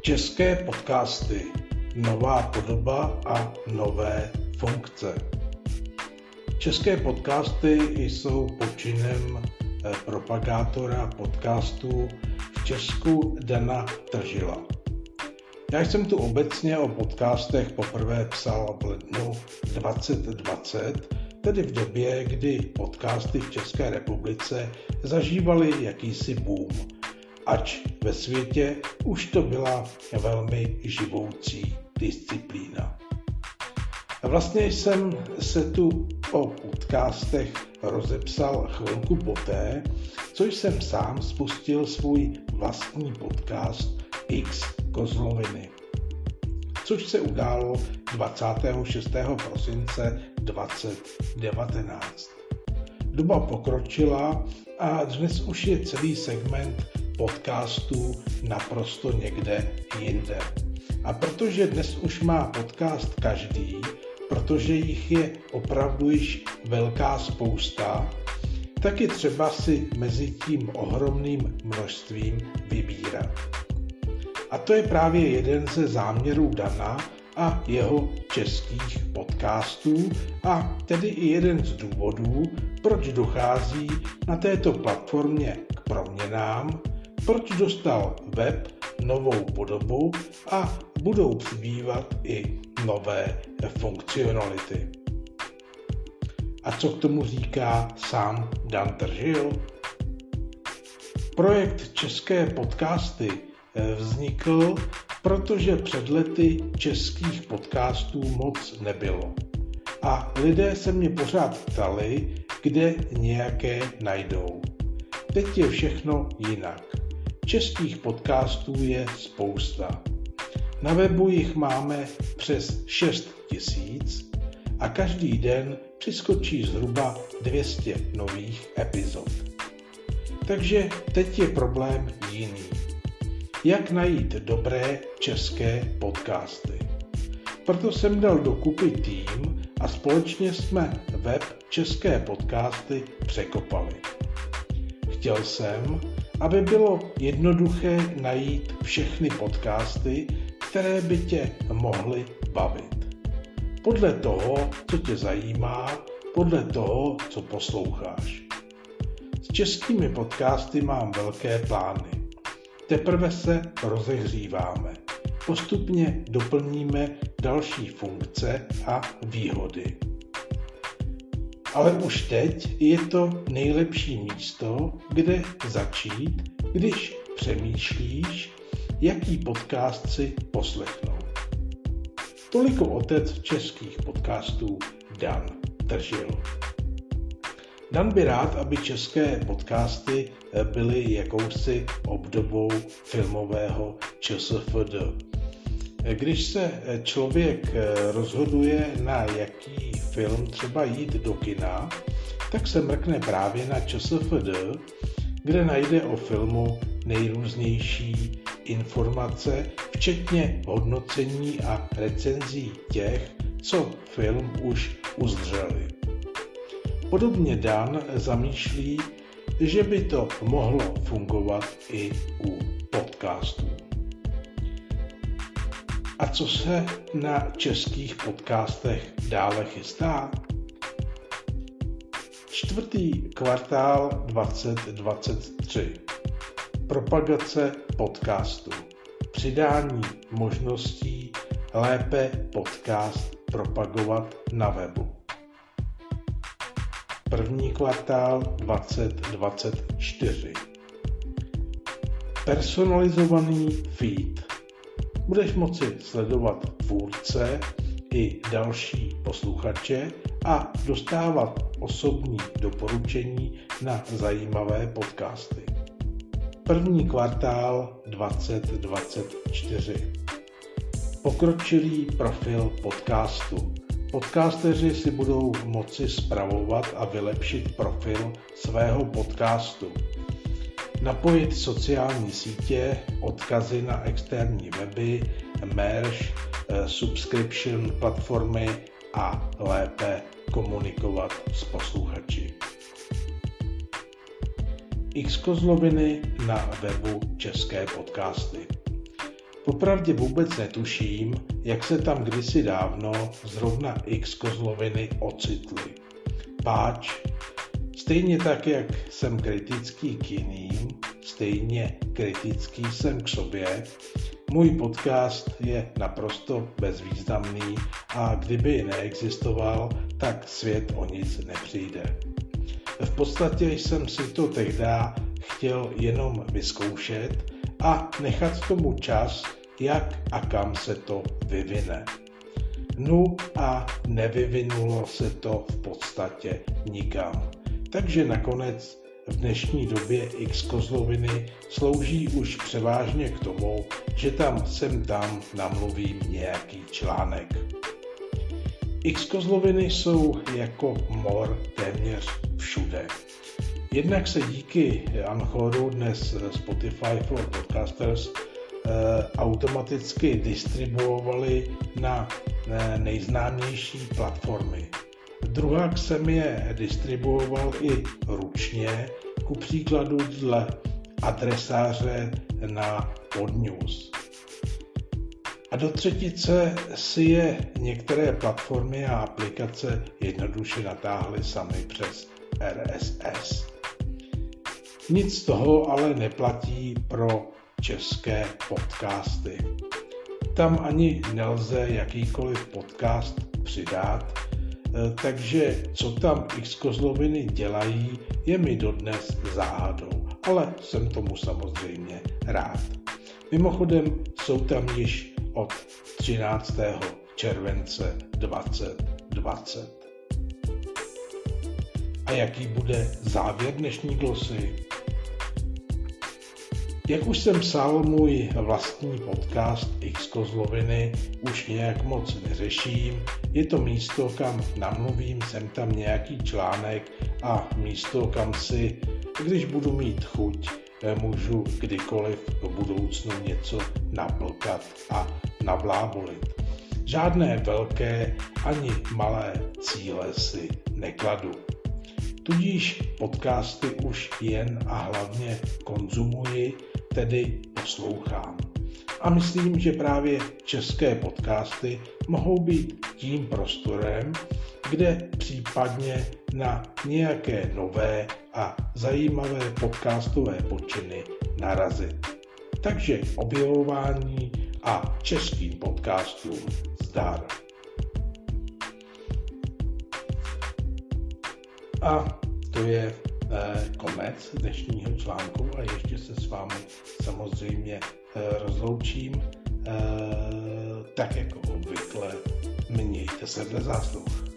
České podcasty, nová podoba a nové funkce. České podcasty jsou počinem propagátora podcastů v Česku Dana Tržila. Já jsem tu obecně o podcastech poprvé psal v lednu 2020, tedy v době, kdy podcasty v České republice zažívaly jakýsi boom, ač ve světě už to byla velmi živoucí disciplína. Vlastně jsem se tu o podcastech rozepsal chvilku poté, co jsem sám spustil svůj vlastní podcast X Kozloviny, což se událo 26. prosince 2019. Doba pokročila a dnes už je celý segment podcastů naprosto někde jinde. A protože dnes už má podcast každý, protože jich je opravdu již velká spousta, tak je třeba si mezi tím ohromným množstvím vybírat. A to je právě jeden ze záměrů Dana a jeho českých podcastů a tedy i jeden z důvodů, proč dochází na této platformě k proměnám, proč dostal web novou podobu a budou přibývat i nové funkcionality. A co k tomu říká sám Dan Tržil? Projekt České podcasty vznikl, protože před lety českých podcastů moc nebylo. A lidé se mě pořád ptali, kde nějaké najdou. Teď je všechno jinak. Českých podcastů je spousta. Na webu jich máme přes 6 000 a každý den přiskočí zhruba 200 nových epizod. Takže teď je problém jiný. Jak najít dobré české podcasty? Proto jsem dal dokupy tým a společně jsme web České podcasty překopali. Chtěl jsem, aby bylo jednoduché najít všechny podcasty, které by tě mohly bavit. Podle toho, co tě zajímá, podle toho, co posloucháš. S českými podcasty mám velké plány. Teprve se rozehříváme. Postupně doplníme další funkce a výhody. Ale už teď je to nejlepší místo, kde začít, když přemýšlíš, jaký podcast si poslechnout. Toliko otec českých podcastů Dan Tržil. Dan by rád, aby české podcasty byly jakousi obdobou filmového ČSFD. Když se člověk rozhoduje, na jaký film třeba jít do kina, tak se mrkne právě na ČSFD, kde najde o filmu nejrůznější informace, včetně hodnocení a recenzí těch, co film už uzdřeli. Podobně Dan zamýšlí, že by to mohlo fungovat i u podcastů. A co se na českých podcastech dále chystá? 4. kvartál 2023. Propagace podcastu. Přidání možností lépe podcast propagovat na webu. 1. kvartál 2024. Personalizovaný feed. Budeš moci sledovat tvůrce i další posluchače a dostávat osobní doporučení na zajímavé podcasty. 1. kvartál 2024. Pokročilý profil podcastu. Podcasteři si budou moci spravovat a vylepšit profil svého podcastu. Napojit sociální sítě, odkazy na externí weby, merge, subscription platformy a lépe komunikovat s posluchači. X Kozloviny na webu České podcasty. Popravdě vůbec netuším, jak se tam kdysi dávno zrovna X kozloviny ocitly. Páč, stejně tak, jak jsem kritický k jiným, stejně kritický jsem k sobě, můj podcast je naprosto bezvýznamný a kdyby neexistoval, tak svět o nic nepřijde. V podstatě jsem si to tehdy chtěl jenom vyzkoušet a nechat tomu čas, jak a kam se to vyvine. No a nevyvinulo se to v podstatě nikam. Takže nakonec v dnešní době X kozloviny slouží už převážně k tomu, že tam sem tam namluvím nějaký článek. X kozloviny jsou jako mor téměř všude. Jednak se díky Anchoru, dnes Spotify for Podcasters, automaticky distribuovaly na nejznámější platformy. Druhák jsem je distribuoval i ručně, ku příkladu dle adresáře na Podnews. A do třetice si je některé platformy a aplikace jednoduše natáhly sami přes RSS. Nic z toho ale neplatí pro české podcasty. Tam ani nelze jakýkoliv podcast přidat, takže co tam X kozloviny dělají, je mi dodnes záhadou, ale jsem tomu samozřejmě rád. Mimochodem jsou tam již od 13. července 2020. A jaký bude závěr dnešní glosy? Jak už jsem psal, můj vlastní podcast X kozloviny už nějak moc neřeším. Je to místo, kam namluvím sem tam nějaký článek a místo, kam si, když budu mít chuť, můžu kdykoliv v budoucnu něco naplkat a nablábolit. Žádné velké ani malé cíle si nekladu. Tudíž podcasty už jen a hlavně konzumuji, tedy poslouchám. A myslím, že právě české podcasty mohou být tím prostorem, kde případně na nějaké nové a zajímavé podcastové počiny narazit. Takže objevování a českým podcastům zdar. A to je konec dnešního článku a ještě se s vámi samozřejmě rozloučím. Tak jako obvykle, mějte se dle zásluh.